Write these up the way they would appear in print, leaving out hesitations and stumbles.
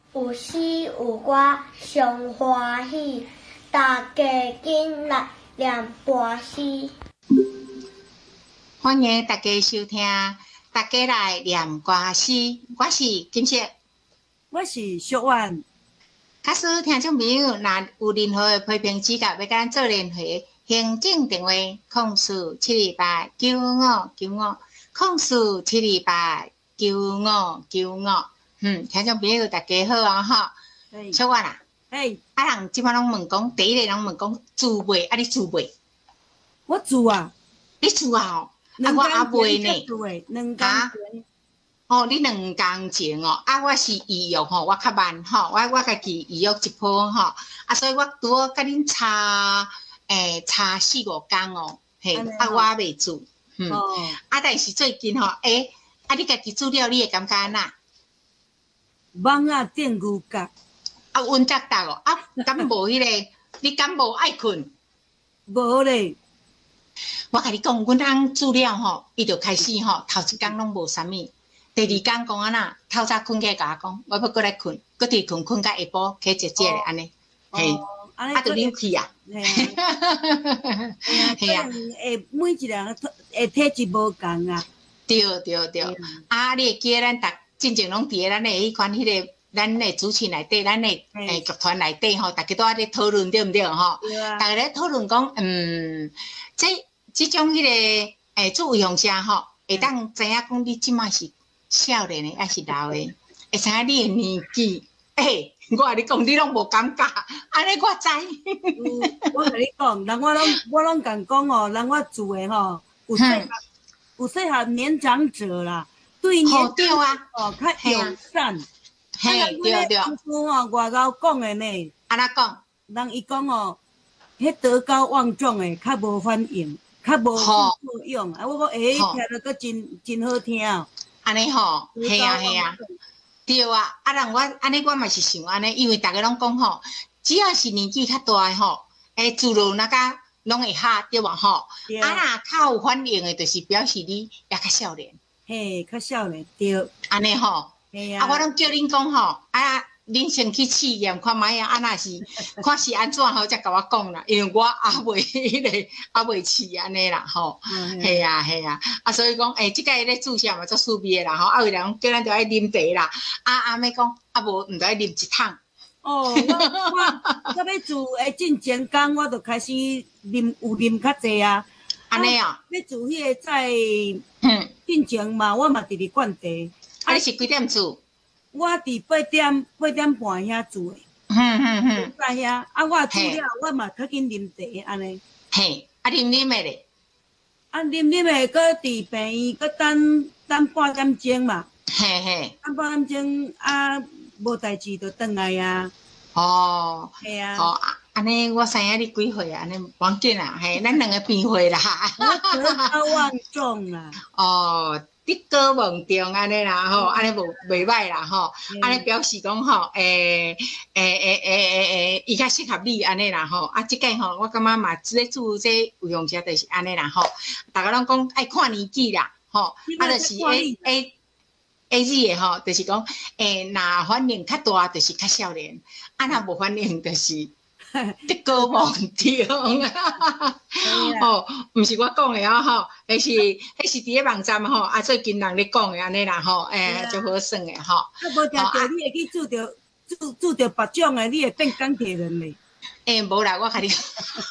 有诗有歌上欢喜，大家紧来念歌诗。 欢迎大家收听，大家来念歌诗。我是金色， 我是小婉。 假使听众朋友若有任何的批评指教，要甲咱做联系，行政电话047895950472859595。听众朋友大家好啊哈。小婉啊，人即摆拢问讲，第一个人问讲煮袂，你煮袂？ 我煮啊， 你煮啊？我也袂呢。 2天前。 哦，你2工前哦，我是预约吼，我较慢吼，我家己预约一波吼，所以我拄好甲恁差4-5工哦，嘿，我未煮，但是最近吼，你家己煮了，你会感觉安那？ 网啊电牛角， 温达达哦，敢无迄个？你敢无爱困？ 无咧。 我甲你讲，阮翁煮了吼，伊就开始吼，头一工拢无啥物。第2工讲安那，透早困起甲我讲，我要过来困，搁伫困到下晡起姐姐咧安尼，嘿，就扭去啊， 嘿啊，每一个人诶体质无共啊。 对，你会记得咱进前拢伫咧咱诶迄款迄个咱诶主持内底，咱诶剧团内底吼，大家都咧讨论对毋对吼？大家咧讨论讲，即种迄个做卫红社吼，会当知影讲你即摆是少年的还是老的，会知影你的年纪。我甲你讲，你拢无感觉，安尼我知。 我甲你讲，人我拢共讲哦，人我住的吼，有适合年长者啦，对年长者哦较友善。 嘿，对。 当初哦，外口讲的呢， 安怎讲？ 人伊讲哦，迄德高望重的较无反应，较无副作用。我讲听着阁真好听哦。 安尼吼，嘿啊，对啊，人我安尼我嘛是想安尼，因为大家拢讲吼，只要是年纪较大的吼，自然那个拢会哈，对吧吼？若较有反应的，就是表示你也较少年。 嘿，较少年对。 安尼吼，我拢叫恁讲吼，恁先去试验看卖啊，若是看是安怎好，才甲我讲啦。因为我未迄个未试安尼啦吼。嘿啊，所以讲即个咧注射嘛足趣味啦吼。有人叫咱着爱啉茶啦，阿妹讲无毋着爱啉一桶。 哦，我要住进前工，我就开始啉较济啊。 安尼啊？ 要住迄个在进前嘛，我嘛直直灌茶。 你是几点住？ 我伫8点半遐住诶。在遐我煮了，我嘛较紧啉茶安尼。 嘿，啉诶咧？ 啉诶，搁伫病院，搁等半点钟嘛。 嘿。 等半点钟无代志就转来啊。 哦。 嘿啊。 哦，安尼我知影你几岁啊？安尼无要紧啦，嘿，咱2个变岁啦。 我德高望重啦。 哦。德高望重安尼啦吼，安尼袂歹啦吼，安尼表示讲吼，伊较适合你安尼啦吼。即个吼，我感觉嘛，咧做这卫红社就是安尼啦吼。大家拢讲爱看年纪啦吼，就是字的吼，就是讲若反应较大，就是较少年；若无反应，就是德高望重啊！哦，毋是我讲的啊吼，迄是伫咧网站吼，最近人咧讲的安尼啦吼，就好算的吼。 无定定你会去做着别种的，你会变钢铁人咧？ 无啦，我甲你讲，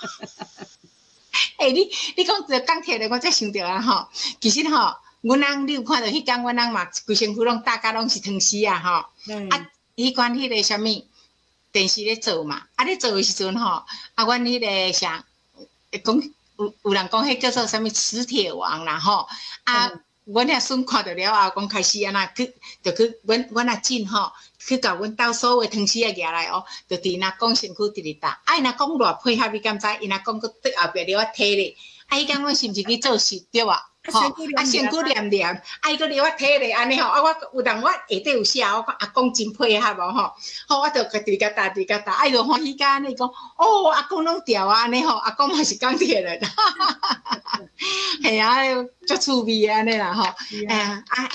你讲着钢铁人，我才想着啊吼。其实吼，阮翁你有看到迄天，阮翁嘛规身躯拢大家拢是汤丝啊吼。迄款迄个啥物？电视咧做嘛，咧做的时阵吼，阮迄个啥，讲有人讲迄叫做啥物磁铁王啦吼，阮遐孙看到了后，讲开始安那去，就去阮阿进吼，去甲阮兜所有汤匙啊拿来哦，就伫那讲身躯直直打，伊若讲偌配合，你敢知？伊若讲搁对后壁了我体咧，伊讲阮是毋是去做事对吧？吼，身躯黏黏，伊搁咧我体咧安尼吼，我有人我下底有写，我讲阿公真配合无吼，好，我就直甲打，伊就欢喜甲安尼讲，哦，阿公拢调啊安尼吼，阿公嘛是钢铁人，系啊，足趣味安尼啦吼，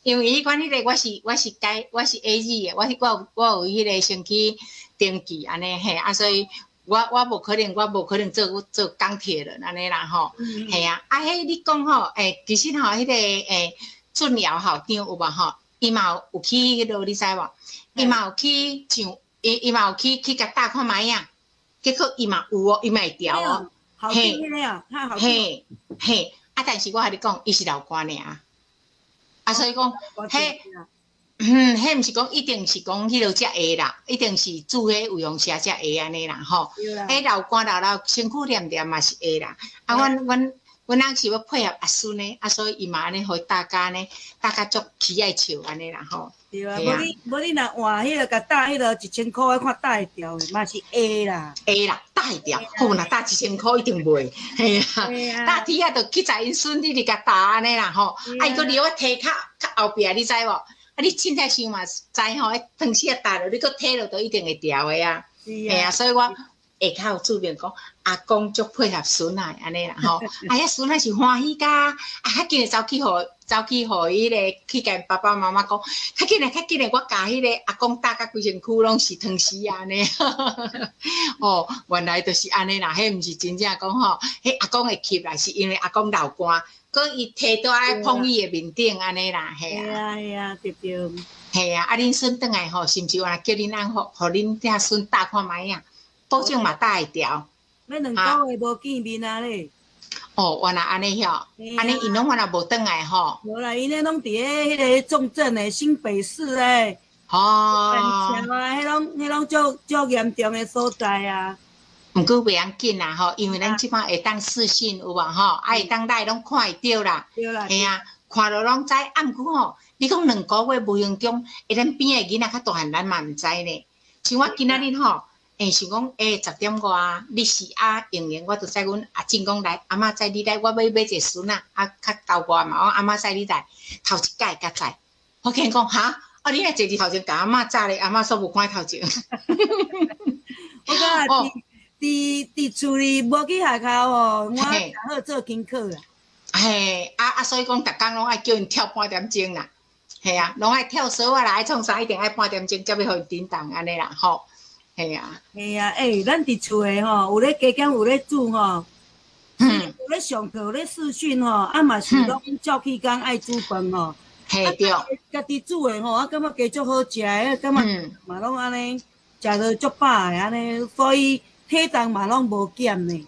因为迄款迄个我是 A 字的，我有迄个先去登记安尼嘿，所以我无可能做钢铁人安尼啦吼，嘿啊，迄你讲吼，其实吼迄个俊尧校长有无吼？伊嘛有去迄落，你知无？伊嘛有去上，伊嘛有去甲搭看卖啊，结果伊嘛有哦，伊嘛会调哦， 嘿， 嘿，但是我甲你讲，伊是老官尔，所以讲，迄毋是讲一定是讲迄落才会啦，一定是煮迄有用车才会安尼啦吼。迄老官老辛苦念嘛是会啦。阮人是要配合阿孙呢，所以伊嘛安尼互大家呢，大家足喜爱笑安尼啦吼。 对啊，无你若换迄个甲搭迄个1000块，看搭会掉的，嘛是会啦。 会啦，搭会掉，好若搭1000块一定袂。嘿啊，搭铁啊，着去载因孙你甲搭安尼啦吼。伊搁留我提较后壁，你知无？你凊彩想嘛，知吼？汤匙啊搭落，你搁摕落都一定会掉的啊。嘿啊，所以我下骹有注明讲，阿公足配合孙仔安尼啦吼。遐孙仔是欢喜甲，较紧诶走去互迄个去甲爸爸妈妈讲，较紧诶，我教迄个阿公搭甲规身躯拢是汤匙安尼。哦，原来就是安尼啦，迄毋是真正讲吼，迄阿公会吸啦，是因为阿公老干。佮伊摕倒来碰伊诶面顶安尼啦，嘿啊，对。 嘿啊，恁孙转来吼，是毋是我叫恁翁互恁遐孙搭看卖啊？保证嘛搭会调。 要2个月无见面啊咧。 哦，原来安尼吼，安尼因拢原来无转来吼。 无啦，因咧拢伫迄个重症诶新北市诶。 哦。 迄拢足严重诶所在啊。 毋过袂要紧啦吼，因为咱即摆会当视讯有无吼，会当来拢看会着啦。 对啦。 嘿啊，看了拢知。毋过吼，你讲2个月无影中，咱边诶囡仔较大汉，咱嘛毋知呢。像我今仔日吼，想讲10点外，你是用完我就知阮阿静讲来，阿嬷载你来，我要一个孙啊，较交我嘛，我阿嬷载你来，头一届甲载。我跟伊讲哈，你若坐伫头前，甲阿嬷载咧，阿嬷煞无看头前。 我讲伫厝里无去学校哦，我刚好做功课啦。 嘿，所以讲，逐工拢爱叫因跳半点钟啦。嘿啊，拢爱跳绳啊啦，爱创啥一定爱半点钟，才要互因叮当安尼啦吼。嘿啊。 嘿啊，咱伫厝诶吼，有咧加减，有咧煮吼，有咧上课，有咧视讯吼，嘛是拢照起工爱煮饭吼。 嘿对。 家己煮诶吼，感觉加足好食诶，感觉嘛拢安尼，食着足饱诶安尼，所以。体重嘛拢无减呢。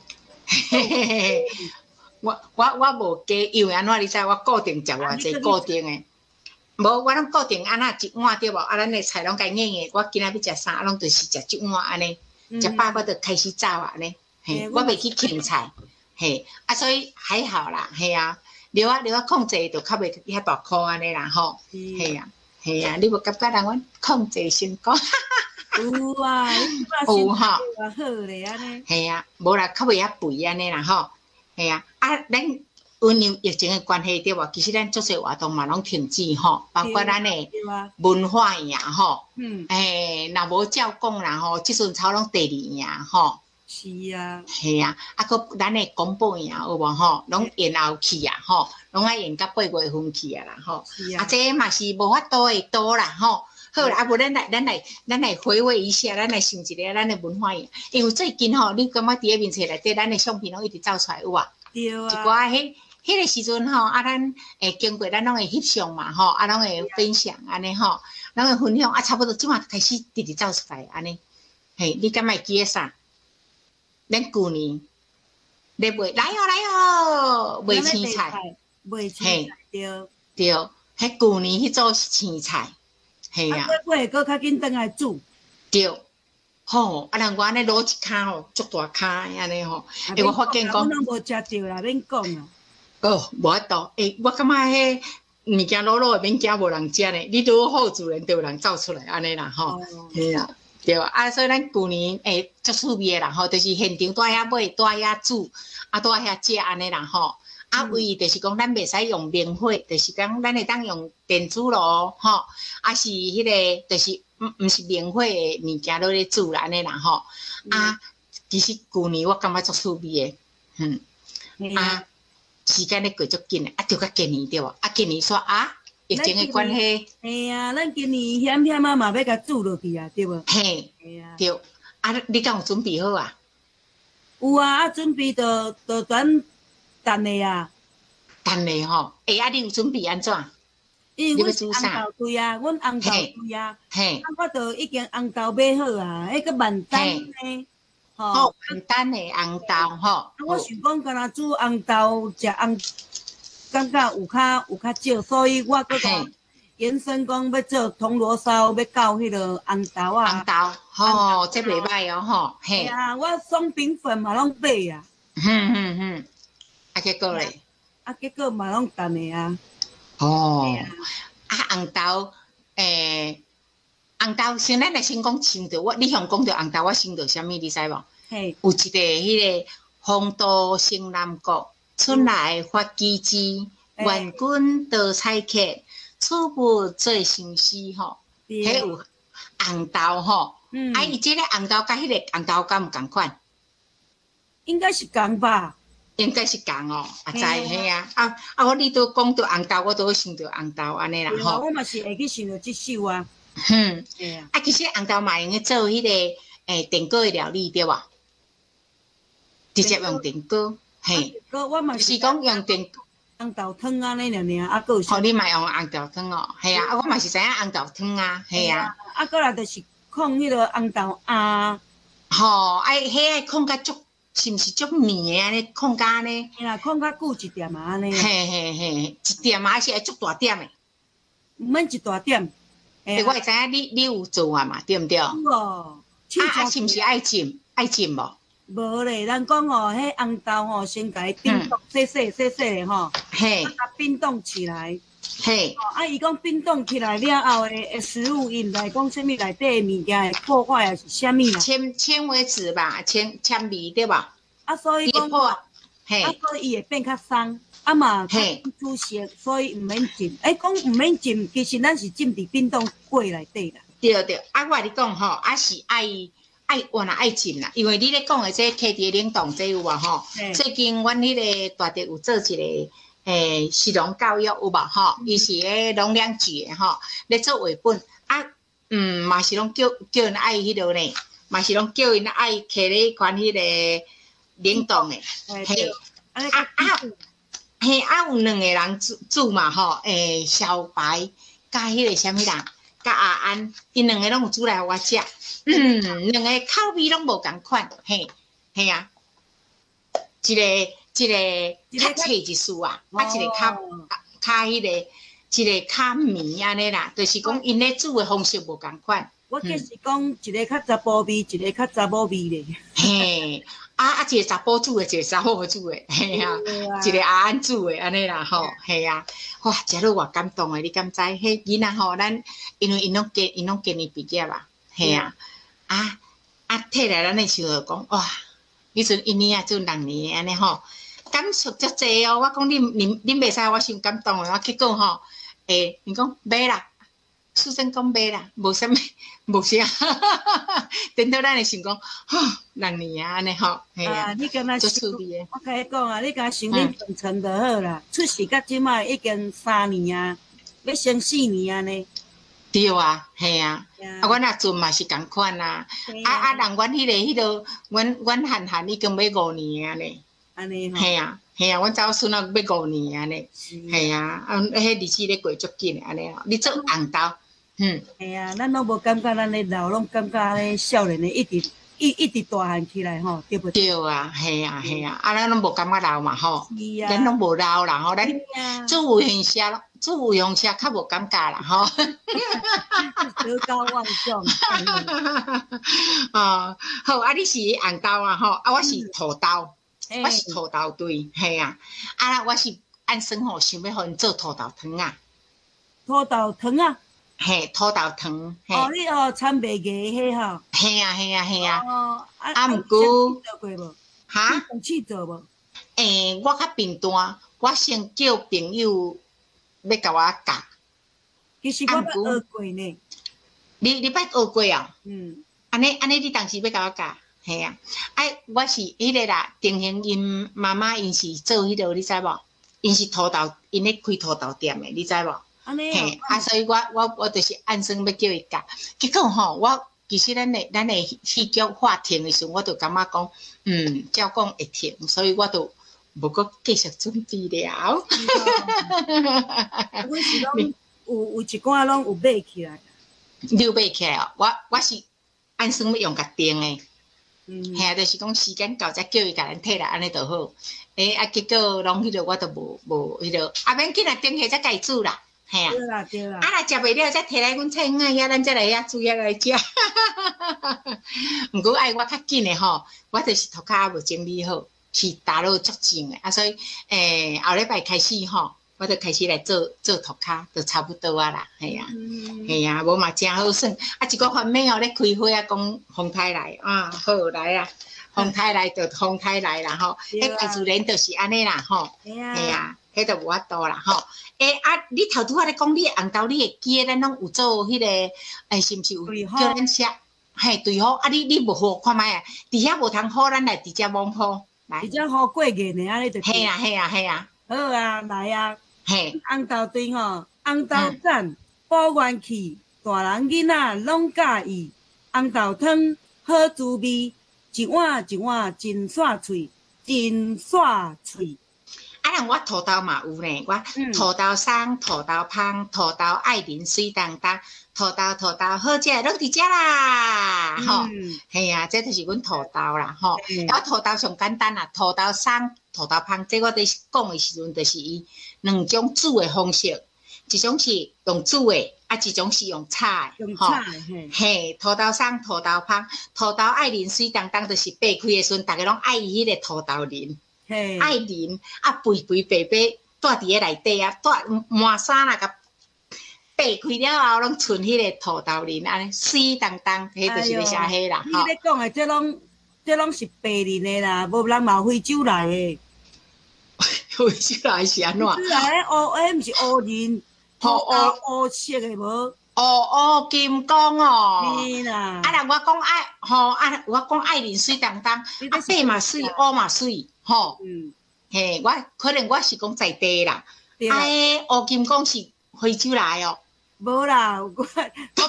我无加，因为安怎你知？我固定食偌济，固定诶。无我拢固定安那一碗对无？咱诶菜拢该硬硬。我今仔要食啥，拢就是食一碗安尼。食饱我就开始走安尼。嘿，我袂去芹菜。嘿，所以还好啦，嘿啊。留控制就较袂遐大箍安尼啦吼。嘿啊，你无感觉人阮控制成功？ 有啊， 有吼， 好咧安尼。 系啊，无啦，较袂遐肥安尼啦吼。系啊，咱因为疫情的关系对无？其实咱足侪活动嘛拢停止吼，包括咱的文化营吼。若无照讲啦吼，即阵操拢第2营吼。 是啊。 系啊，搁咱的公布营有无吼？拢延后去啊吼，拢爱延到8月份去啊啦吼。这嘛是无法度会多啦吼。好啦，无咱来回味一下，咱来想一个咱的文化营，因为最近吼，你感觉伫咧面册内底，咱的相片拢一直走出来有啊？ 对啊。 一寡迄个时阵吼，咱会经过，咱拢会翕相嘛吼，拢会分享安尼吼，拢会分享差不多即马开始直直走出来安尼。嘿，你敢会记得啥？咱旧年咧卖来哦，卖青菜， 卖青菜对。 对，迄旧年迄组是青菜。系啊， 我会搁较紧倒来煮。 对，吼，人我安尼攞一骹吼，足大骹安尼吼。我发现讲， 我拢无食着啦，免讲啊。 无法度，我感觉迄物件攞诶免惊无人食呢。你拄好自然就有人走出来安尼啦吼。是啊，对啊，所以咱旧年足趣味诶啦吼，就是现场蹛遐买，蹛遐煮，蹛遐食安尼啦吼。唯一就是讲，咱袂使用明火，就是讲咱会当用电磁炉吼，是迄个，就是毋是明火诶物件落咧煮啦安尼啦吼。其实旧年我感觉足趣味诶，时间咧过足紧诶，就到今年对无？今年说疫情的关系。 嘿啊，咱今年险险啊嘛要甲煮落去啊，对无？ 嘿，对。啊，你敢有准备好啊？ 有啊，准备就转等的啊。 等的吼，啊，你有准备安怎？ 因为阮是红豆堆啊，阮红豆堆啊，我就已经红豆买好啊，迄个万丹的， 吼，万丹的红豆吼。 我想讲，干那煮红豆食红，感觉有较少，所以我搁个延伸讲要做铜锣烧，要搞迄个红豆啊。 红豆，吼，这袂歹哦，吼，嘿。 啊，我松饼粉嘛拢买啊。 啊，结果咧？ 啊，结果嘛拢等的啊。 哦，啊，红豆，红豆先，咱来先讲想到你想讲到红豆，我想到啥物，你知无？ 嘿， 有一个迄个风度兴南国，春来发机枝，愿君多采擷，此物最相思吼。迄有红豆吼，啊，伊这个红豆甲迄个红豆敢有共款？ 应该是共吧。 应该是共哦，啊知嘿啊，我你都讲到红豆，我都会想到红豆安尼啦吼。 我嘛是会去想到这首啊。 啊，其实红豆嘛用去做迄个电锅的料理对吧？直接用电锅，嘿。 我嘛是讲用电红豆汤安尼尔，啊，搁有。 哦，你嘛用红豆汤哦，系啊，我嘛是知影红豆汤啊，系啊。 啊，搁来就是放迄个红豆啊。 吼，迄爱放较足。是毋是足黏的安尼控甲安尼？ 嘿啦，控较久一点嘛安尼。 嘿，一点嘛还是会足大点的？ 毋免一大点。 我会知影你有做啊嘛，对毋对？有哦。 啊，是毋是爱浸？爱浸无？ 无咧，咱讲吼，迄红豆吼，先甲伊冰冻，细的吼。 嘿。 啊，冰冻起来。 嘿。 啊，伊讲冰冻起来了后的食物因来讲，啥物内底的物件会破坏还是啥物啦？ 纤维质吧，纤维对吧？ 啊，所以讲， 嘿， 啊，所以伊会变较松，啊嘛，嘿，煮熟，所以毋免浸。讲毋免浸，其实咱是浸伫冰冻柜内底啦。 对，啊，我甲你讲吼，啊是爱原来爱浸啦，因为你咧讲的这摕伫冷冻这有无吼？最近阮迄个大弟有做一个。食农教育有无吼？伊是咧农粮局的吼，咧做绘本啊，嘛是拢叫因爱迄落呢，嘛是拢叫因爱摕咧款迄个冷冻的，嘿，嘿啊有两个人煮嘛吼，小白甲迄个啥物人，甲阿安，因两个拢有煮来互我食，两个口味拢无共款，嘿啊，一个较脆一丝啊，啊一个较迄个，一个较绵安尼啦，就是讲因咧煮的方式无共款。 我计是讲一个较查甫味，一个较查某味咧。 嘿，一个查甫煮的，一个查某煮的，嘿啊，一个阿安煮的安尼啦吼，嘿啊，哇，食落偌感动的，你敢知？迄囡仔吼，咱因为因拢今年毕业啊，嘿啊，摕来咱咧想着讲，哇，迄阵一年啊做2年安尼吼。感触足济哦！我讲恁袂使，我伤感动的。我结果吼，你讲买啦，书生讲买啦，无啥物，无啥。等到咱会想讲，2年啊，安尼吼，嘿啊， 你敢若足趣味的。 我甲你讲啊，你敢想恁存存就好啦。出世到即摆已经3年啊，要升4年安尼。 对啊，嘿啊，阮阿阵嘛是共款啊。人阮迄个，阮汉已经要5年安尼。 安尼吼， 系啊，阮查某孙仔要5年安尼，系啊，迄日子咧过足紧安尼哦。你做红豆， 系啊，咱拢无感觉咱咧老，拢感觉咧少年的一直大汉起来吼，对不对？ 对啊，系啊，咱拢无感觉老嘛吼，咱拢无老啦吼，咱做有形式咯，做有形式较无感觉啦吼。 德高望重。 哦，好啊，你是红豆啊吼，我是土豆。我是土豆堆，系啊，我是按算吼，想要互因做土豆汤啊。 土豆汤啊？ 嘿，土豆汤。 哦，你参袂个迄吼？ 系啊。 毋过做过无？ 哈？ 你去做无？ 我较平淡，我先叫朋友要甲我教。 其实我捌学过呢。 你捌学过啊？安尼，你当时要甲我教？系啊，我是迄个啦，定兴因妈妈因是做迄个，你知无？因是土豆，因咧开土豆店的，你知无？ 嘿，所以我就是按算要叫伊教，结果吼，我其实咱的戏剧话停的时候，我就感觉讲，照讲会停，所以我就无搁继续准备了。 我是拢有一寡拢有买起来。 你有买起来哦？我是按算要用甲订的。嘿，就是讲时间到才叫伊甲咱摕来，安尼就好。结果拢迄个我都无迄个，免紧啊，订起才家煮啦。嘿啊， 对啦对啦。 若食袂了，才摕来阮菜园仔遐，咱才来遐煮遐来食。毋过爱我较紧诶吼，我就是涂骹无整理好，去打落足净诶，所以后礼拜开始吼，我就开始来做涂骹，就差不多啊啦，系啊，系啊，无嘛真好耍。一个番麦哦，咧开花啊，讲风台来啊，好来啊，风台来就风台来啦吼，迄大自然就是安尼啦吼，系啊，迄就无法度啦吼。你头拄仔咧讲你红豆，你会记得咱拢有做迄个，是毋是有叫咱写？嘿，对好，你无好看卖啊？伫遐无通好，咱来直接往好来。 直接好过瘾的，安尼就。 嘿啊嘿啊嘿啊！ 好啊，来啊！ 嘿， 红豆丁吼，红豆赞保元气，大人囡仔拢喜意。红豆汤好滋味，一碗一碗真煞脆，真煞脆。 人我土豆嘛有呢，我土豆松、土豆芳、土豆爱莲水当当，土豆好食，拢伫遮啦，吼，系啊，这就是阮土豆啦，吼。我土豆上简单啦，土豆松、土豆芳，这我伫讲的时阵，就是伊两种煮的方式，一种是用煮的，一种是用炒的， 用炒的， 嘿，土豆松、土豆芳、土豆爱莲水当当，就是掰开的时阵，大家拢爱伊迄个土豆仁。爱淋肥白白带伫个内底啊，带满衫啦，甲掰开了后，拢剩迄个土豆仁，安尼水当当，迄就是要写迄啦。 你咧讲的这拢是白仁的啦，无人嘛非洲来的。 非洲来是安怎？ 非洲来的乌，毋是乌仁，乌色的无。 乌金刚哦。 是啦。 若我讲我讲爱淋水当当，白嘛水，乌嘛水。吼，嘿，可能我是讲在地啦，乌金刚是非洲来哦， 无啦，无啦，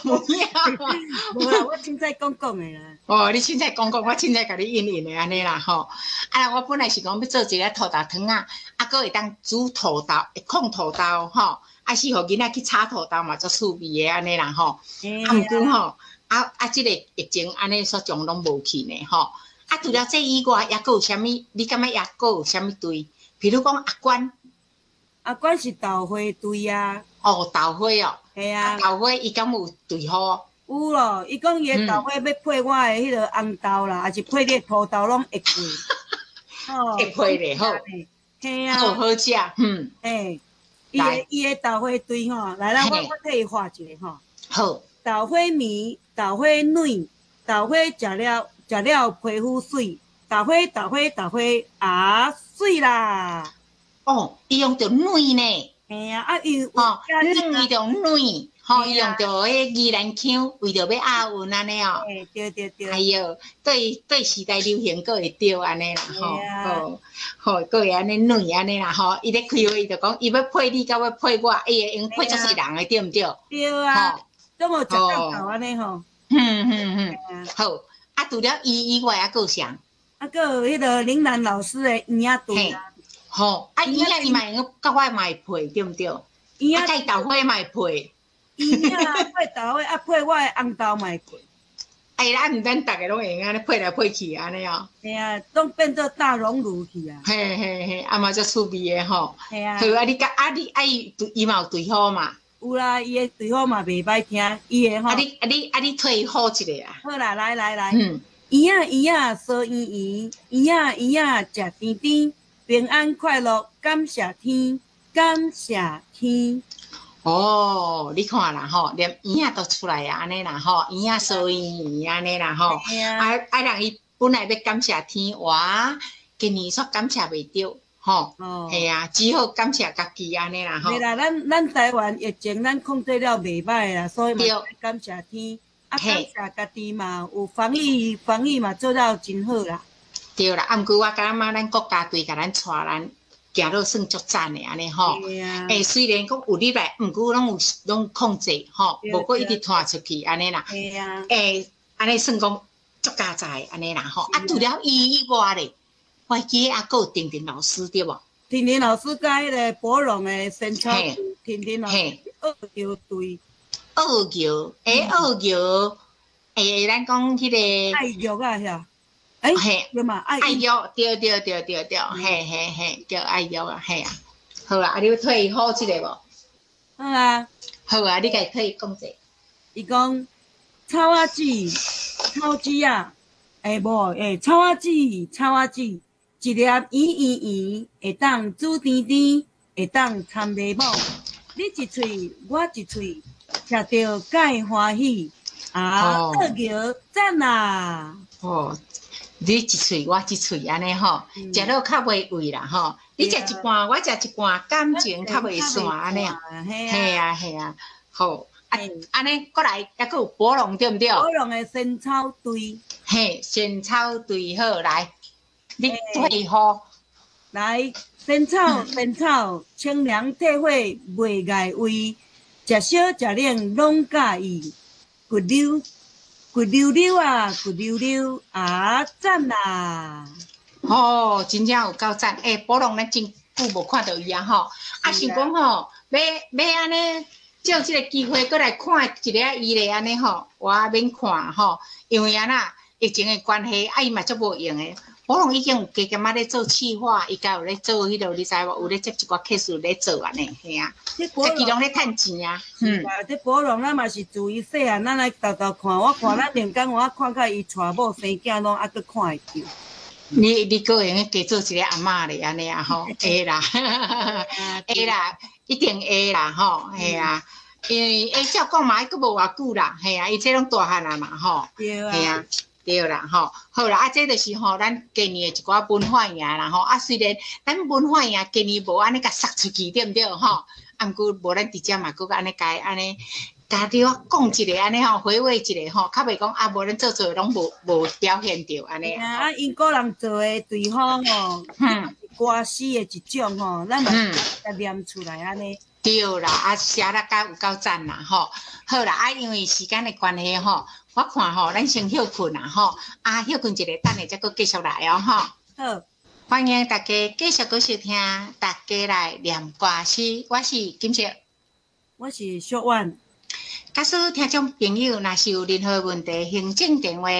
我凊彩讲的啦。 你凊彩讲，我凊彩甲你应的安尼啦吼。我本来是讲要做一个土豆汤啊，搁会当煮土豆，控土豆吼，是互囡仔去炒土豆嘛，足趣味的安尼啦吼。毋过吼，即个疫情安尼所种拢无去呢吼。除了这以外，还佫有啥物？你感觉还佫有啥物对？比如讲阿关， 阿关是豆花对啊。 豆花哦。 系啊。 豆花伊敢有对好？ 有咯，伊讲伊的豆花要配我的迄个红豆啦，还是配你土豆拢会配。 会配咧好。 嘿啊。 好食， 嘿，伊的豆花对吼，来啦，我替伊画一个吼。 好。 豆花面、豆花软、豆花食了皮肤水，豆花水啦！ 伊用着软呢。 嘿啊，伊有伊用软，伊用着迄宜兰腔，为着要押韵安尼哦。 对。 哎哟，对时代流行佫会对安尼啦吼，佫会安尼软安尼啦吼。伊咧开话，伊就讲伊要配你，甲要配我，伊会用配足世人的，对毋对？ 对啊，都无食到头安尼吼。 好。除了伊以外，还佫有啥？ 佫有迄个林兰老师的圆仔对啊。 吼，圆仔伊嘛用甲我嘛会配，对毋对？圆仔豆花嘛会配。 圆仔配豆花，配我的红豆嘛会配。 咱毋免逐个拢会用安尼配来配去安尼哦。 嘿啊，拢变做大熔炉去啊。 嘿，嘛足趣味的吼。 嘿啊。 好你伊嘛有对好嘛？ 有啦，伊的对好嘛袂歹听，伊的吼。 你替伊好一个啊。 好啦，来。圆仔烧圆，圆仔食甜甜，平安快乐，感谢天，感谢天。 你看啦吼，连圆仔都出来啊，安尼啦吼，圆仔烧圆安尼啦吼。人伊本来要感谢天，哇，今年煞感谢袂着。吼，系啊，只好感谢家己安尼啦吼。 对啦，咱台湾疫情咱控制了袂歹啦，所以嘛感谢天，感谢家己嘛有防疫嘛做到真好啦。 对啦，毋过我感觉咱国家队甲咱带行路算足赞的安尼吼。虽然讲有入来，毋过拢控制吼，无过一直拖出去安尼啦。安尼算讲足加载安尼啦吼。除了伊以外咧，我记还佫有婷婷老师对无？ 婷婷老师甲迄个博龙的生肖，婷婷老师二桥队。 二桥，咱讲迄个爱玉啊，遐。嘿，对嘛， 爱玉，对，嘿，叫爱玉啊，嘿啊。好啊，你要退好即个无？ 好啊。 好啊，你家可以讲者。 伊讲草仔籽啊，草仔籽，一粒圆，会当煮甜甜，会当掺茶母。你一喙，我一喙，食着介欢喜。二桥赞啊！ 你一喙我一喙安尼吼，食落较袂胃啦吼。你食一半，我食一半，感情较袂散安尼啊。嘿啊，好。安尼过来，还佫有博龙对毋对？ 博龙的仙草堆。 嘿，仙草堆好来，你退好。 来，仙草，清凉退火，袂碍胃，食少食冷拢介意。骨溜啊，赞啦！ 真正有够赞！博龙咱真久无看到伊啊吼，想讲吼，要安尼借即个机会过来看一下伊咧安尼吼，我免看吼，因为安那疫情的关系，伊嘛足无用诶。博龙已经有加减咧做企划，伊家有咧做迄落，你知无？有咧接一寡 case 咧做安尼，嘿啊，家己拢咧趁钱啊。 这博龙咱嘛是自伊细汉，咱来豆看，我看咱连讲我看到伊娶某生囝拢还佫看会着。 你个用加做一个阿嬷咧安尼啊吼，会啦，会啦，一定会啦吼，嘿啊，因为照讲嘛，佫无偌久啦，嘿啊，伊这拢大汉啊嘛吼，嘿啊。对啦吼，好啦，这就是吼咱今年的一寡文化营啦吼。虽然咱文化营今年无安尼甲撒出去，对毋对吼？毋过无咱直接嘛，佫安尼家己我讲一个安尼吼，回味一下吼，较袂讲无咱做拢无表现着安尼。 因个人做的对方吼，歌诗的一种吼，咱嘛甲念出来安尼。 对啦，写了有够赞啦吼。好啦，因为时间的关系吼。我看吼，咱先休困啦吼，休困一下，等下再佫继续来哦吼。 好， 欢迎大家继续佫收听，大家来念歌诗。我是金石， 我是小婉。 假使听众朋友若是有任何问题，行政电话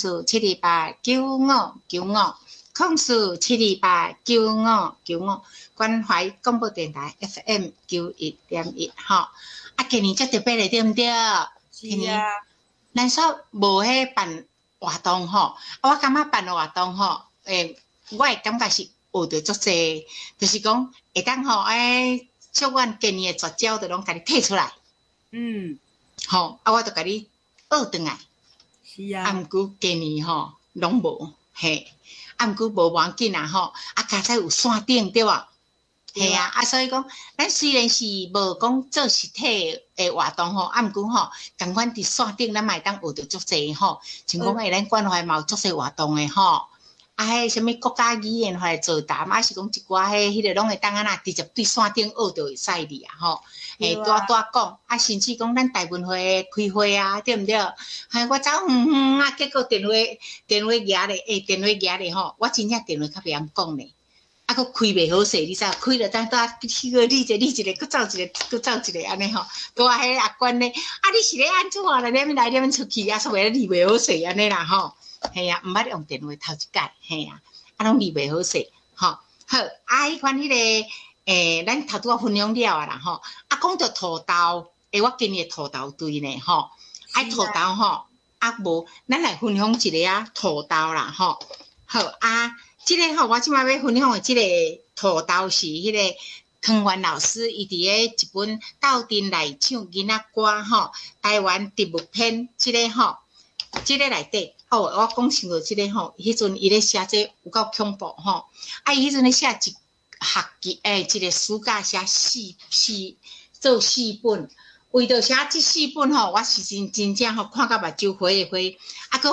0478959504789595，关怀广播电台 FM 91.1吼。今年才特别的对毋对？ 是啊。 咱煞无迄办活动吼，我感觉办活动吼，我会感觉是学着足济，就是讲会当吼，像阮今年的绝招，就拢甲你摕出来。吼，我就甲你学转来。 是啊。 毋过今年吼拢无，嘿，毋过无要紧啊吼，加在有线顶对无？嘿啊，所以讲，咱虽然是无讲做实体的活动吼，毋过吼，共款伫线顶，咱嘛会当学着足济吼。像讲咱关怀嘛有足济活动的吼，迄什么国家语言来座谈，是讲一寡迄个拢会当直接对线顶学着会使哩啊吼。大讲，甚至讲咱大文会开会啊，对毋对？我走结果电话举咧，电话举咧吼，我真正电话较袂晓讲咧。佫开袂好势，你知？开了当去个理一个，佫走一个，安尼吼。拄啊，迄阿官咧，你是咧安怎啊？来念出去啊，所以理袂好势安尼啦吼。嘿啊，毋捌用电话头一届，嘿啊，拢理袂好势，吼。好，迄款迄个咱头拄啊分享了啊啦吼。讲到土豆，我今年土豆堆呢吼。土豆吼，无，咱来分享一个土豆啦吼。好这个吼，我即摆要分享的这个土豆是迄个汤圆老师伊伫个一本斗阵来唱囡仔歌吼，台湾植物篇这个吼，这个内底我讲想到这个吼，迄阵伊咧写这有够恐怖吼，伊迄阵咧写一学期一个暑假写做4本，为着写这4本吼，我是真正吼看到目睭花花，佫吼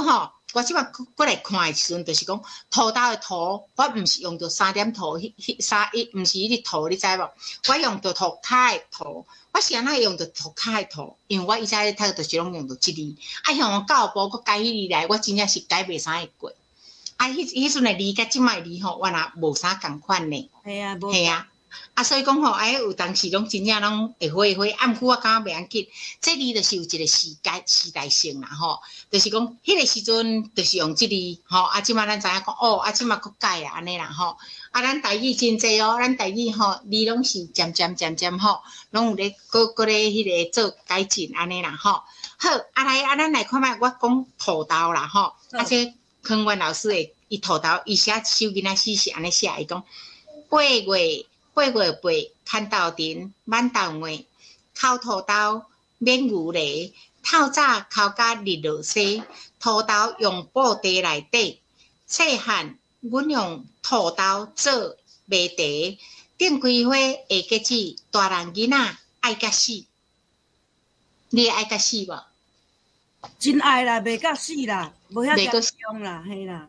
我即摆过来看的时阵，就是讲土豆的土，我毋是用着3点土，毋是迄个土，你知无？我用着土骹的土，我是安怎用着土骹的土？因为我以前咧读就是拢用着即字，向我教部佫改迄字来，我真正是改袂啥会过。迄阵的字甲即摆字吼，我若无啥共款呢。 系啊，无。 系啊。所以讲吼，有当时拢真正拢会火，毋过我感觉袂要紧。这字就是有一个时代性啦，吼，就是讲迄个时阵就是用这字，吼，即摆咱知影讲，即摆佫改啊，安尼啦，吼，咱台语真济哦，咱台语吼，字拢是渐渐吼，拢有咧佫咧迄个做改进安尼啦，吼。好，咱来看觅，我讲土豆啦，吼，这康源老师的伊土豆，伊写手囡仔诗是安尼写，伊讲8月8，牵豆藤，满豆芽，烤土豆，免牛犁，透早烤甲日落西，土豆用布袋内底，细汉阮用土豆做麦茶，顶开花下结子，大人囡仔爱甲死，你爱甲死无？ 真爱啦，袂甲死啦，无遐严重啦，嘿啦。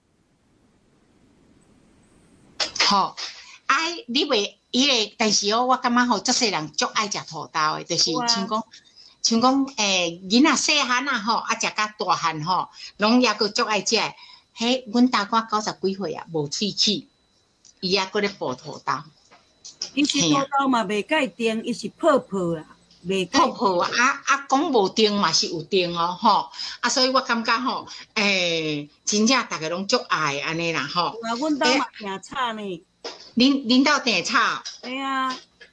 好，你袂伊个，但是我感觉吼，足细人足爱食土豆的，就是像讲囡仔细汉啊吼，食甲大汉吼，拢也佫足爱食。迄阮大哥90几岁啊，无喙齿，伊也佫咧剥土豆。 伊是土豆嘛，袂解丁，伊是泡啦。 泡讲无定嘛是有定哦，吼，所以我感觉吼，真正大家拢足爱安尼啦，吼。 阮兜嘛订炒呢。 恁兜订炒？ 对啊。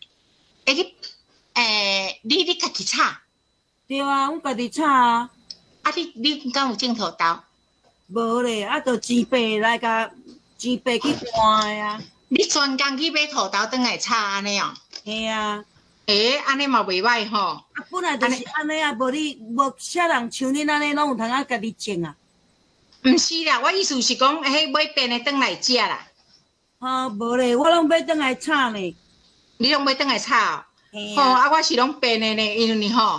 你家己炒？ 对啊，阮家己炒啊。 你敢有种土豆？ 无咧，着钱白来甲钱白去换的啊。 你专工去买土豆转来炒安尼哦？ 嘿啊。 安尼嘛袂歹吼。 本来就是安尼啊，无啥人像恁安尼拢有通家己种啊。 毋是啦，我意思是讲，买变的转来食啦。 无咧，我拢买转来炒呢。 你拢买转来炒？吼，我是拢变的呢，因为吼，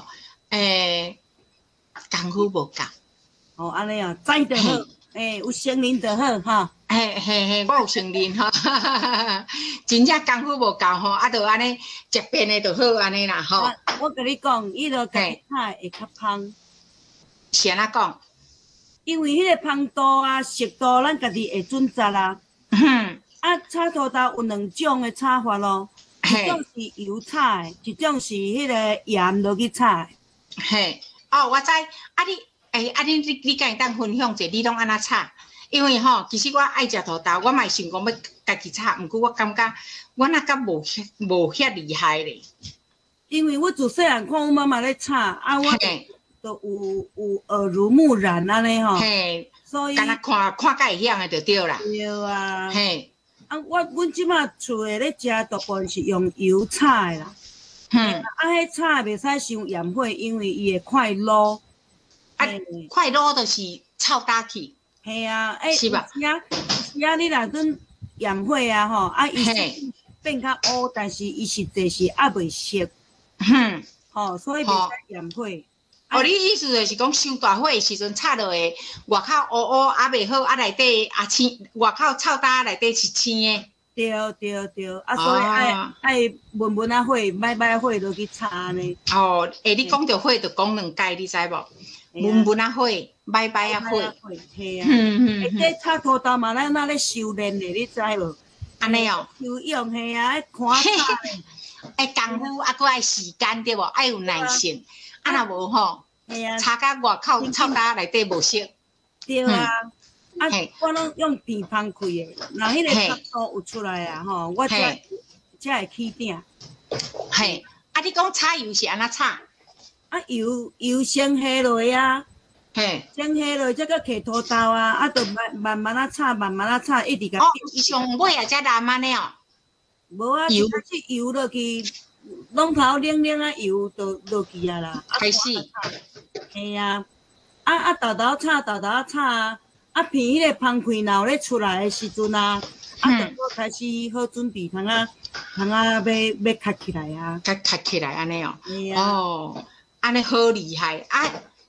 功夫无够。 安尼啊，栽就好，有成林就好，哈。 我有承认吼，真正功夫无够吼，就安尼食变的就好安尼啦吼。 我甲你讲，伊着家己炒会较芳。 是安怎讲？ 因为迄个芳度啊、熟度，咱家己会准则啦。炒土豆有2种的炒法咯，一种是油炒的，一种是迄个盐落去炒的。 我知。你敢会当分享者，你拢安怎炒？因为吼，其实我爱食土豆，我嘛想讲要家己炒，毋过我感觉我那甲无遐厉害咧。 因为我自细汉看阮妈妈咧炒，我都有耳濡目染安尼吼。所以， 敢若看甲会晓的就对啦。 对啊。阮即马厝诶咧食大部分是用油炒的啦。迄炒袂使伤盐火，因为伊会快卤。 快卤就是臭打去。 系啊， 是吧？ 是啊，你若准盐火啊吼，伊变较乌，但是伊实际是还袂熟。所以袂使盐火。 你意思就是讲伤大火的时阵炒落去，外口乌乌还袂好，内底青，外口臭打内底是青的。 对，所以爱文文啊火，歹火落去炒呢。 你讲着火，就讲2解，你知无？文文啊火，歹啊火。 嘿啊。这炒土豆嘛，咱那咧修炼的，你知无？ 安尼哦。 修养嘿啊，爱看炒。 功夫佫爱时间对无？爱有耐性。若无吼，炒甲外口臭打内底无熟。 对啊。我拢用电芳开的，若迄个角度有出来啊吼，我才会起鼎。 你讲炒油是安怎炒？ 油先下落啊，先下落，再搁下土豆啊，就慢慢啊炒，一直甲。 上尾啊才蓝安尼哦。 无啊，一开始油落去，拢头冷啊，油就落去啊啦。 开始。 嘿啊，豆豆炒啊，片迄个芳开闹咧出来的时阵啊，就开始好准备，通啊要卡起来啊。 卡起来安尼哦。安尼好厉害啊！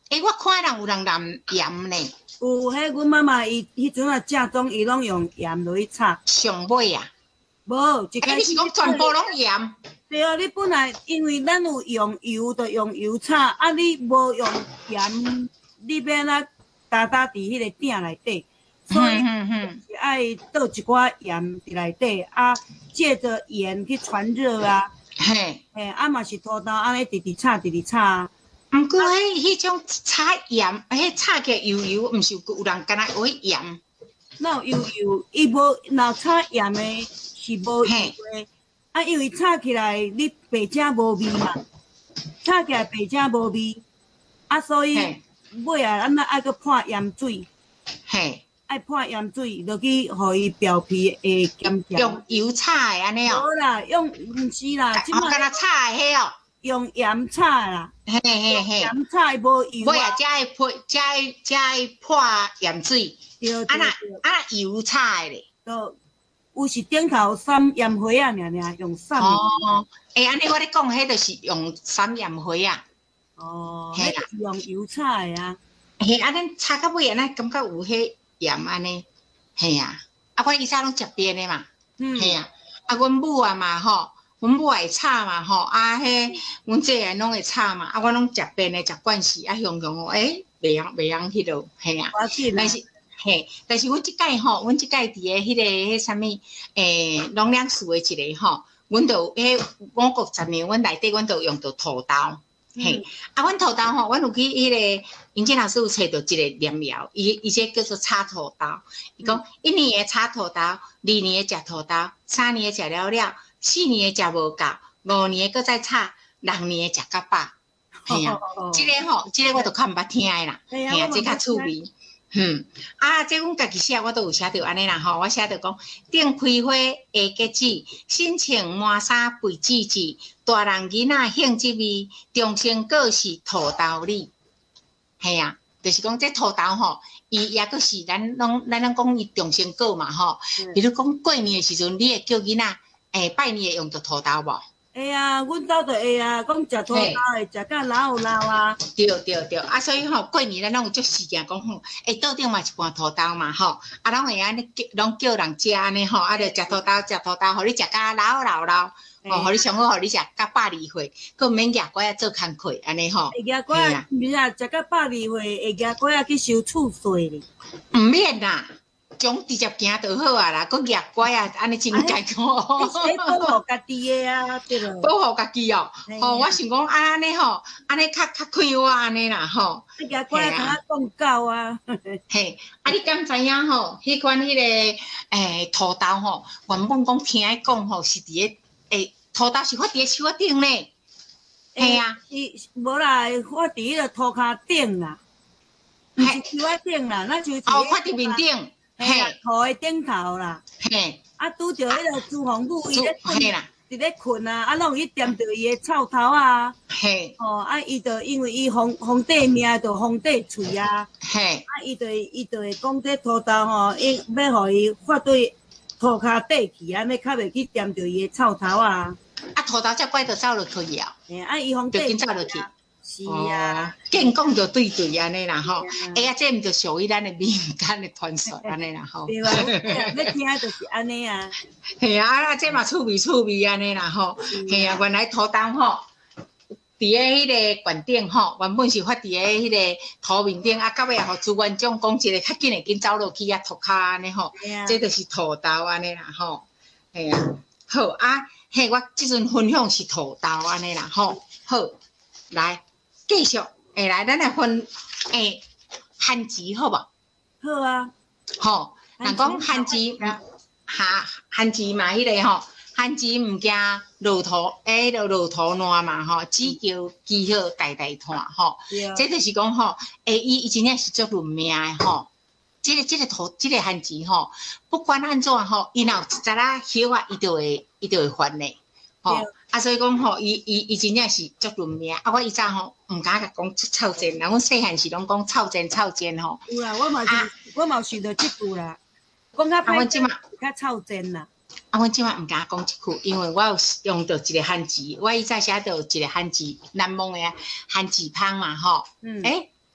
我看人有人淋盐呢。 有，迄阮妈妈伊迄阵啊正宗伊拢用盐落去炒。 上尾啊？ 无，一开始。 你是讲全部拢盐？ 对啊，你本来因为咱有用油，就用油炒，啊，你无用盐，你要哪打伫迄个鼎内底，所以是爱倒一寡盐伫内底，啊，借着盐去传热啊。嘿，啊嘛是土豆安尼直直炒。 毋过迄种炒盐，迄炒起油，毋是有人敢若有盐？ 哪有油？伊无，若炒盐的是无油的。啊，因为炒起来你白正无味嘛，炒起来白正无味，啊，所以尾啊，咱爱搁泼盐水，爱泼盐水落去，互伊表皮会咸咸。 用油炒的安尼哦？ 无啦，毋是啦，即摆敢若炒的迄哦？ 用盐炒啦。盐炒无油。 尾啊，才会泼盐水。对。啊那油炒的咧？ 有是顶头撒盐花啊，尔用撒。 哦，安尼我咧讲，迄就是用撒盐花啊。 哦，迄就是用油炒的啊。 啊，咱炒到尾啊，咱感觉有迄盐安尼。嘿啊，我以前拢食边的嘛。嘿啊，阮母啊嘛吼，阮母会炒嘛吼，阮姐啊拢会炒嘛，我拢食边的，食惯势，香袂晓迄落，嘿啊。但是阮即届吼，伫咧迄个迄啥物，农粮署的一个吼，阮就我国10年，阮内底阮就用到土豆，嘿，阮土豆吼，阮有去迄个英姐老师有找到一个念料，伊这叫做炒土豆，伊讲1年的炒土豆，2年的食土豆，3年的食了，4年的食无够，5年的搁再炒，6年的食到饱，嘿啊，即个我都较毋捌听的啦，嘿啊，这较趣味。这阮家己写，我都有写着安尼啦吼。我写着讲，顶开花下结子，新穿满衫肥姊姊，大人囡仔兴即味，中心果是土豆粒。系啊，就是讲这土豆吼，伊也阁是咱拢讲伊中心果嘛吼。比如讲过年的时阵，你会叫囡仔拜年会用着土豆无？ 会啊，阮兜就会啊，讲食土豆会食甲老啊。 对，所以吼过年咱拢有足事件讲吼，桌顶嘛一盘土豆嘛吼，拢会安尼拢叫人食安尼吼，就食土豆，互你食甲老，互你上好，互你食甲120岁，佮免夹拐做工课安尼吼。 会夹拐啊，毋是啊，食甲120岁会夹拐啊去收厝税咧。 毋免啦。种直接行就好啊啦，佮夹拐啊，安尼真艰苦。 你保护家己的啊，对咯。 保护家己哦，我想讲安尼吼，安尼较快活安尼啦吼。 你夹拐啊，讲到啊。 嘿，你敢知影吼？迄款迄个土豆吼，原本讲听伊讲吼，是伫个土豆是发伫个树仔顶呢。嘿啊。 无啦，发伫迄个涂骹顶啦，毋是树仔顶啦，那就是。 发伫面顶。 嘿，土的顶头啦。嘿，拄着迄个朱红母伊咧困啊，拢有去掂着伊的臭头啊。嘿，伊就因为伊皇帝命就皇帝喙啊。嘿，伊就会讲这土豆吼，要互伊发对涂骹底去，安尼较袂去掂着伊的臭头啊。 土豆才怪就走落去啊。 嘿，伊皇帝就紧走落去。 是啊， 健讲就对安尼啦吼，这毋就属于咱的民间的传说安尼啦吼。 对啊，要听就是安尼啊。 系啊，这嘛趣味安尼啦吼。系啊，原来土豆吼，伫个迄个馆顶吼，原本是发伫个迄个土面顶，到尾互朱元璋讲一个较紧会紧走落去涂骹安尼吼，这就是土豆安尼啦吼。系啊，好我即阵分享是土豆安尼啦吼。好，来。继续，来，咱来分番薯好无？ 好啊。 吼，人讲番薯番薯嘛，迄个吼，番薯毋惊落土，落土烂嘛吼，只叫记好代传吼。这就是讲吼，伊真正是足论命的吼。这个番薯吼，不管安怎吼，伊若有一节仔叶啊，伊就会发呢。吼，所以讲吼，伊真正是足论命。我以前吼，毋敢甲讲臭煎，阮细汉时拢讲臭煎吼。 有啦，我嘛有想到即句啦，讲较歹听，较臭煎啦。 阮即摆毋敢讲即句，因为我有用到一个番薯，我以前写到一个番薯，南蒙的番薯芳嘛吼。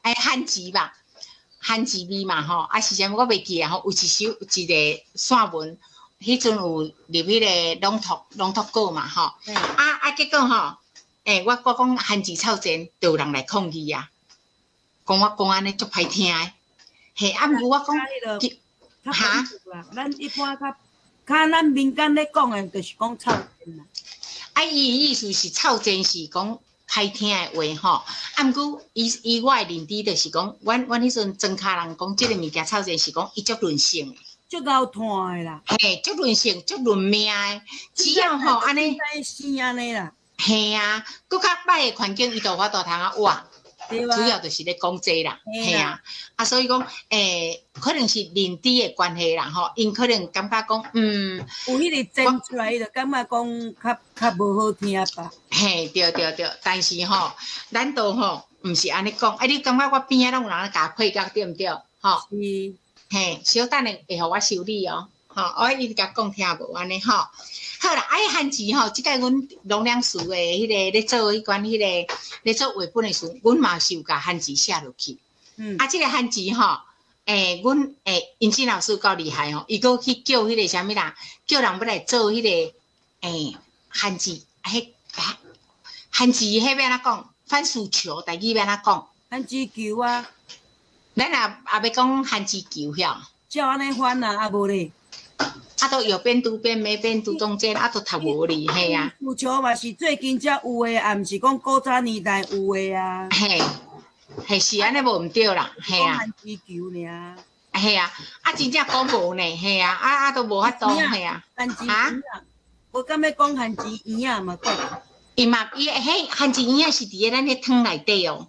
番薯吧，番薯味嘛吼，啊是啥物我袂记啊吼，有一首有一个散文，迄阵有入迄个朗读稿嘛吼，结果吼，我讲番薯臭煎，就有人来抗议啊，讲我讲安尼足歹听诶，嘿，毋过我讲，哈， 咱一般较咱民间咧讲诶，就是讲臭煎啦。 伊意思是臭煎是讲歹听诶话吼，毋过伊我诶认知就是讲，阮迄阵庄骹人讲即个物件臭煎是讲伊足论性， 足够炭诶啦。 嘿，足论性，足论命诶，只要吼安尼， 生安尼啦。 嘿啊，佫较歹诶环境，伊就有法度通啊活。主要就是咧讲这啦，嘿啊，所以讲，可能是认知的关系啦，吼，因可能感觉讲， 有迄个煎出来，就感觉讲较无好听吧。 嘿，对，但是吼，咱都吼，毋是安尼讲，你感觉我边仔拢有人甲配角，对毋对？吼， 是， 嘿，小等下会互我修理哦，吼，我一直甲讲听无安尼吼。好啦，番薯吼，即个阮农粮署的迄个咧做迄款迄个咧做绘本的时，阮嘛是有甲番薯写落去。即个番薯吼，阮英静老师够厉害吼，伊佫去叫迄个啥物啦，叫人要来做迄个番薯，番薯迄要安怎讲？番薯球，台语要安怎讲？ 番薯球啊。 咱也要讲番薯球晓？ 照安尼翻啊，无咧。 都右边拄边，右边拄中间，都读无哩，嘿啊。 足球嘛是最近才有诶，也毋是讲古早年代有诶啊。 嘿，是安尼无毋对啦，嘿啊。 番薯球尔。 嘿啊，真正讲无呢，嘿啊，都无法度，嘿啊。 番薯圆啊，我敢要讲番薯圆啊嘛，怪。 伊迄番薯圆啊是伫咱咧汤内底哦。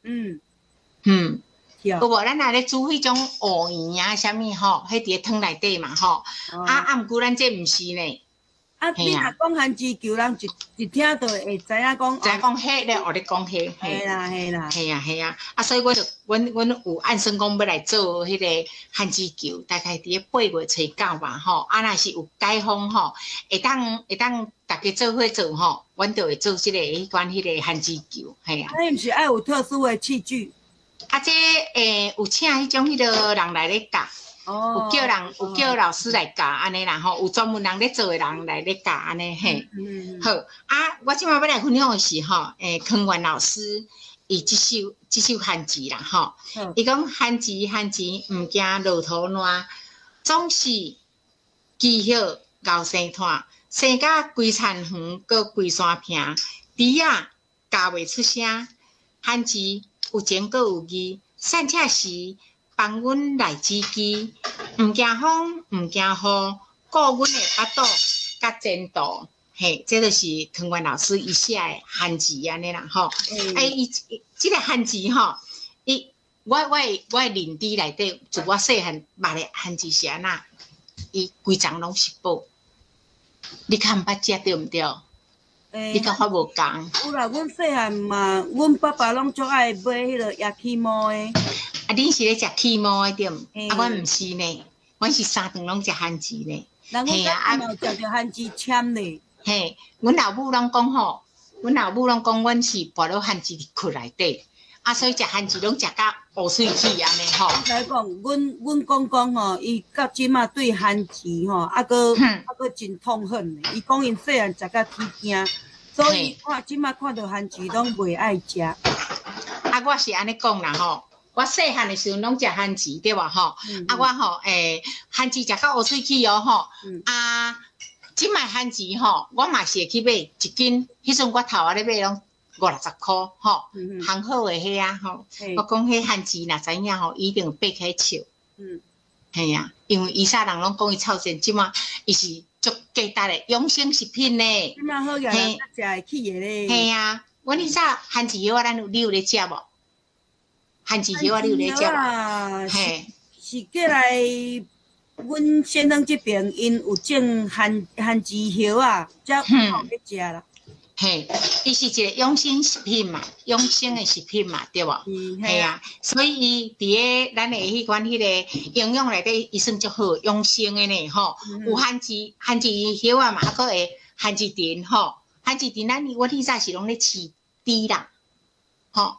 有无？咱若咧煮迄种芋圆啊，啥物吼？迄伫汤内底嘛吼。毋过咱这毋是呢。 你若讲番薯球，人一听就会知影讲。 知影讲迄咧，我咧讲迄。 嘿啦。 嘿啊！所以阮有按算讲要来做迄个番薯球，大概伫咧8月初9吧吼。若是有解封吼，会当大家做伙做吼，阮就会做即个迄款迄个番薯球，嘿啊。 你毋是爱有特殊的器具？ 有请迄种迄个人来咧教，有叫老师来教安尼啦吼，有专门人咧做的人来咧教安尼嘿。好我即摆要来分享的是吼，康元老师伊即首番薯啦吼，伊讲番薯毋惊落土烂，总是记好熬生炭，生甲规田园，搁规山坪，猪仔教袂出声，番薯。有情阁有义，散赤时帮阮来支支，毋惊风，毋惊雨，顾阮的巴肚甲前途。嘿，这就是康元老师伊写的番薯安尼啦吼。伊即个番薯吼，我的认知内底，自我细汉捌的番薯是安那，伊规张拢是宝。你看毋捌食对毋对？你甲我无共。 有啦，阮细汉嘛，阮爸爸拢足爱买迄个焼起毛的。 恁是咧食起毛的对毋？阮毋是呢，阮是三顿拢食番薯呢。 嘿啊，有食着番薯签呢。 嘿，阮老母拢讲吼，阮是跋落番薯伫壳内底，所以食番薯拢食甲乌喙齿安尼吼。 来讲，阮公公吼，伊到即马对番薯吼，搁真痛恨的。伊讲因细汉食甲天惊。所以我即马看到番薯拢袂爱食。 我是安尼讲啦吼，我细汉的时阵拢食番薯对吧吼？我吼番薯食到乌喙齿哦吼。即卖番薯吼，我嘛是会去买一斤，迄阵我头仔咧买拢50-60箍吼，行好的迄啊吼。我讲迄番薯若知影吼，一定掰开笑。嘿啊，因为伊啥人拢讲伊臭煎，即马伊是。足价值的养生食品呢， 即马好个人食会起的咧。 嘿啊，阮迄早番薯叶啊，你有咧食无？番薯叶啊，你有咧食无？ 嘿，是过来阮先生这边，因有种番薯叶啊，才好咧食啦。 嘿，伊是一个养生食品嘛，养生的食品嘛，对无？嘿啊，所以伊伫个咱的迄款迄个营养内底，伊算足好养生的呢吼。有番薯叶啊嘛，搁会番薯丁吼，番薯丁我迄早是拢咧饲猪啦，吼。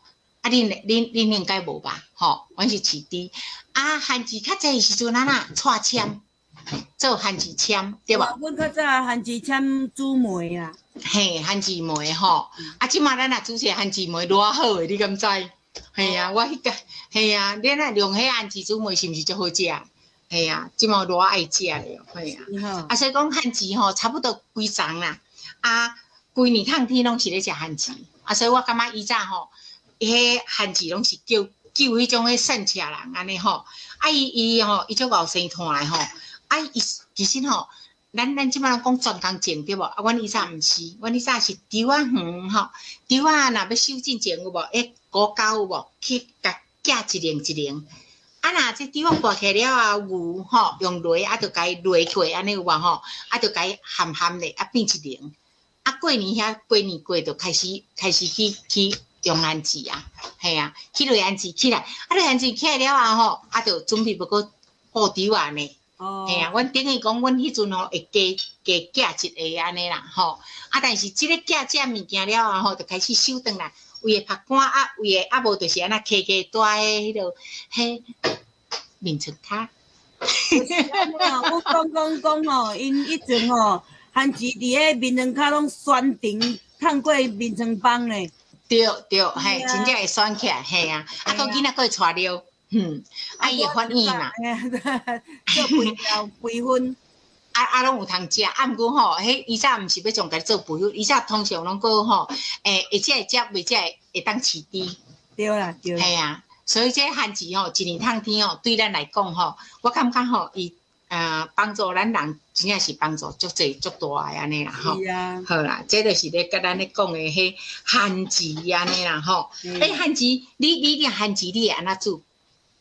恁应该无吧？吼，阮是饲猪。啊，番薯较济时阵带签，做番薯签，对无？ 阮较早番薯签煮糜啦。 嘿，番薯糜吼，即马咱若煮些番薯糜偌好诶，你敢知？嘿啊，我迄个，嘿啊，你若用迄番薯煮糜是毋是足好食？嘿啊，即马偌爱食咧，嘿啊。所以讲番薯吼，差不多规丛啦。规年通天拢是咧食番薯。所以我感觉以前吼，迄番薯拢是救迄种迄善车人安尼吼。伊足后生摊诶吼。伊其实吼。咱即摆拢讲专工种对无？阮以前毋是，阮以前是猪仔园吼，猪仔若要收进前有无？古狗有无？去甲夹一零一零。若这猪仔挂起了牛吼，用犁就甲伊犁过安尼有无吼？就甲伊焊咧，变一零。过年过就开始去用安置啊，系啊，去犁安置起来，犁安置起来了吼，就准备要搁布猪仔呢。嘿啊，阮等于讲，阮迄阵吼会加夹一下安尼啦，吼。但是即个夹这物件了吼，就开始收转来，为个拍竿为个无就是安那加大迄落迄面床卡。 我讲吼，因以前吼，番薯伫个面床卡拢选定烫过面床帮咧。 对，嘿，真正会选起来，嘿啊，个囡仔会带了。伊会反应嘛？ 做肥粉， 拢有通食。毋过吼，迄以前毋是要种甲做肥粉，以前通常拢个吼，会食会食，袂食会当饲猪。 对啦。 系啊，所以这番薯吼，一年通天吼，对咱来讲吼，我感觉吼，伊帮助咱人真正是帮助足济足大诶安尼啦吼。 是啊。 好啦，这就是咧甲咱咧讲诶迄番薯安尼啦吼。番薯，你番薯你会安怎煮？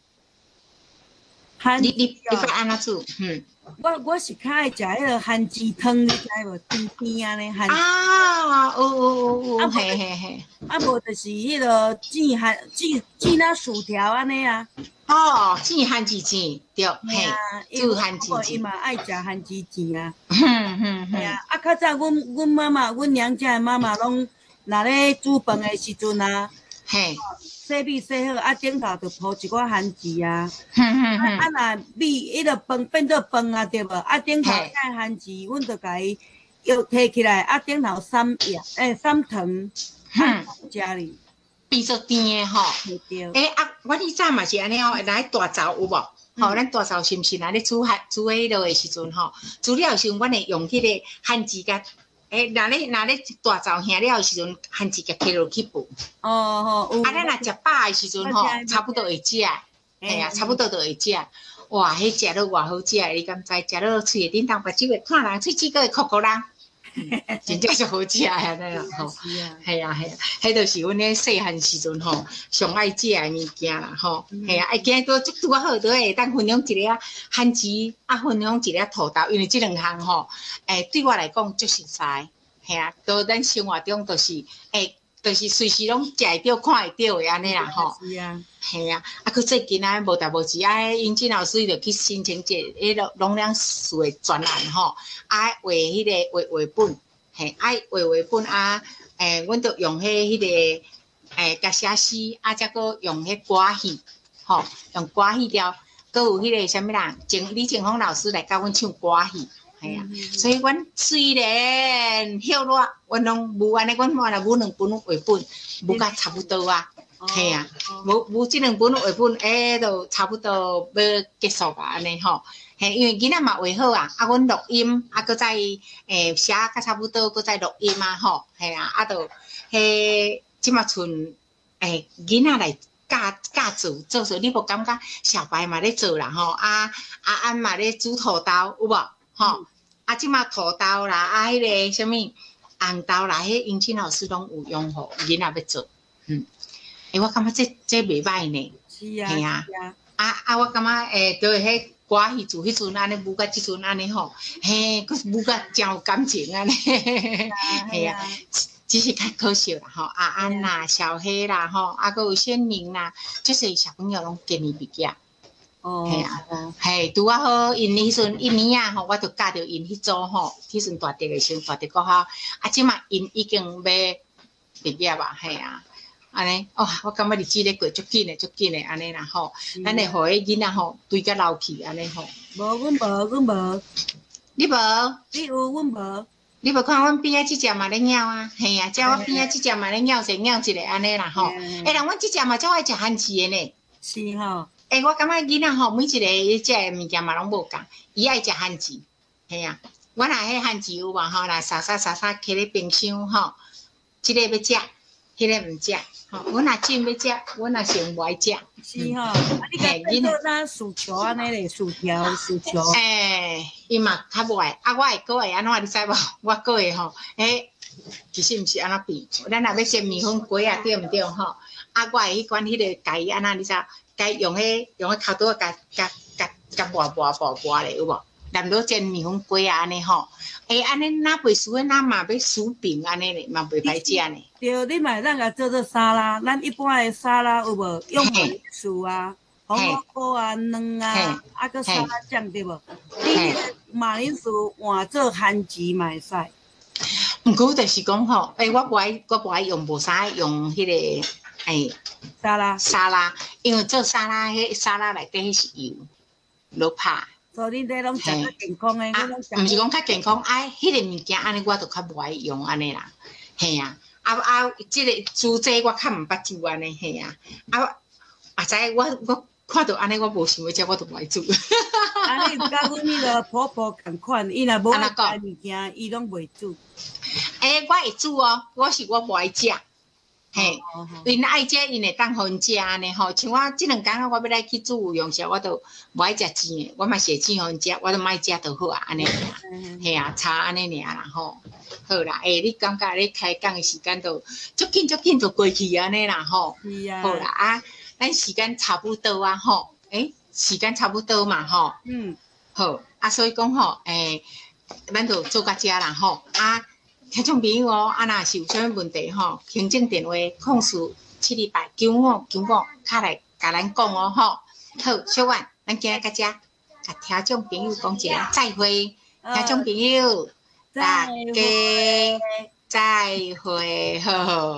你发安怎煮？ 我是较爱食迄个番薯汤，你知无？甜甜安尼番薯。 有，嘿。 无就是迄个煎那薯条安尼啊。 煎番薯煎，对，嘿，煮番薯煎。 伊嘛爱食番薯煎啊。较早阮妈妈，阮娘家的妈妈拢若咧煮饭的时阵啊， 嘿。 洗米洗好，顶头就铺一寡番薯啊。若米迄个饭变做饭啊，对无？顶头盖番薯，阮就甲伊又摕起来，顶头散糖，食哩。 变做甜诶吼。 对。 我以前嘛是安尼吼，来大灶有无？吼，咱大灶是毋是？若咧煮迄落诶时阵吼，煮了时阵，阮会用迄个番薯甲。若咧大灶下了时阵，番薯甲摕落去拌。咱若食饱诶时阵吼，差不多会食。嘿啊，差不多就会食。哇，迄食落偌好食，你敢知？食落喙顶当目睭会看人，喙齿阁会哭哭人。真正是好食安尼啦吼。系啊，迄就是阮咧细汉时阵吼，上爱食诶物件啦吼。系啊，今都拄好，都会当分享一个番薯，分享一个土豆，因为即两项吼，对我来讲足实在。系啊，都咱生活中都是就是随时拢食会着、看会着诶安尼啦吼。 是啊。 系啊，佫最近无代无志英俊老师就去申请一个农粮署诶专栏吼，画迄个画本，嘿，画本阮就用迄个甲写诗，则佫用迄歌戏，吼，用歌戏了，佫有迄个啥物人，李正峰老师来教阮唱歌戏。系啊，所以阮虽然晓热，阮拢无安尼，阮换了无两本画本，无甲差不多啊。系啊，无即两本画本，就差不多要结束啊，安尼吼。嘿，因为囡仔嘛画好啊，阮录音，佫再写甲差不多，佫再录音啊，吼。系啊，就即马剩囡仔来教做说，你无感觉小白嘛咧做啦吼，安嘛咧煮土豆有无？吼，即马土豆啦，迄个啥物红豆啦，迄英俊老师拢有用互囡仔要做，我感觉这袂歹呢。 是啊。 我感觉就是迄歌戏做迄阵安尼，舞甲即阵安尼吼，佫舞甲真有感情安尼，系啊，只是较可惜啦吼。阿安啦、小黑啦吼，佫有仙明啦，即些小朋友拢今年毕业。系啊，拄啊好，因迄阵一年啊吼，我就教着因迄组吼，迄阵大直诶时阵大直国好，即马因已经要毕业啊，系啊， 安尼哦，我感觉日子咧过足紧诶，安尼啦吼，咱会互迄囡仔吼对甲老去安尼吼。 无，阮无。 你无？ 你有，阮无。 你无看阮边仔即只嘛咧咬啊？嘿啊，遮我边仔即只嘛咧咬一个安尼啦吼。人阮即只嘛足爱食番薯诶呢。 是吼。 我感觉囡仔吼，每一个伊食诶物件嘛拢无共，伊爱食番薯，嘿啊。我若迄番薯有无吼，若沙徛咧冰箱吼，即个要食，迄个毋食。吼，阮若真要食，阮若先无爱食。 是吼，你甲做做哪薯条安尼咧？薯条。 伊嘛较无爱，我会搁会安怎你知无？我搁会吼，其实毋是安怎变，咱若要煎面粉粿啊，对毋对吼？我会迄款迄个家己安怎你知？家用迄头刀甲磨咧有无？难道煎面粉粿啊安尼吼？安尼哪袂输诶，咱嘛要输饼安尼咧，嘛袂歹食呢。 对，你嘛咱甲做沙拉，咱一般诶沙拉有无？用马铃薯啊、红萝卜啊、卵啊，搁沙拉酱对无？你马铃薯换做番薯嘛会使。 毋过就是讲吼，我无爱用无啥用迄个沙拉，因为做沙拉迄沙拉内底迄是油，落拍。 所以恁这拢食较健康诶， 毋是讲较健康，迄个物件安尼我就较无爱用安尼啦，嘿啊，即个煮这我较毋捌煮安尼，嘿啊，知我看到安尼我无想要食，我就无爱煮。 安尼甲阮迄个婆婆共款，伊若无爱食物件，伊拢袂煮。 我会煮哦，我无爱食。嘿，因爱食，因会当互因食安尼吼。像我即两工我要来去煮有用时，我都无爱食煎诶，我嘛是会煎互因食，我都莫食就好啊，安尼尔。嘿啊，差安尼尔啦吼。好啦，你感觉你开讲诶时间都足紧就过去安尼啦吼。 是啊。 好啦咱时间差不多啊吼。时间差不多嘛吼。好所以讲吼，咱就做到遮啦吼听众朋友若是有啥物问题吼，行政电话控诉7289595，卡来甲咱讲吼。好，小婉，咱今日到遮，甲听众朋友讲一下再会，听众朋友，大家再会，好。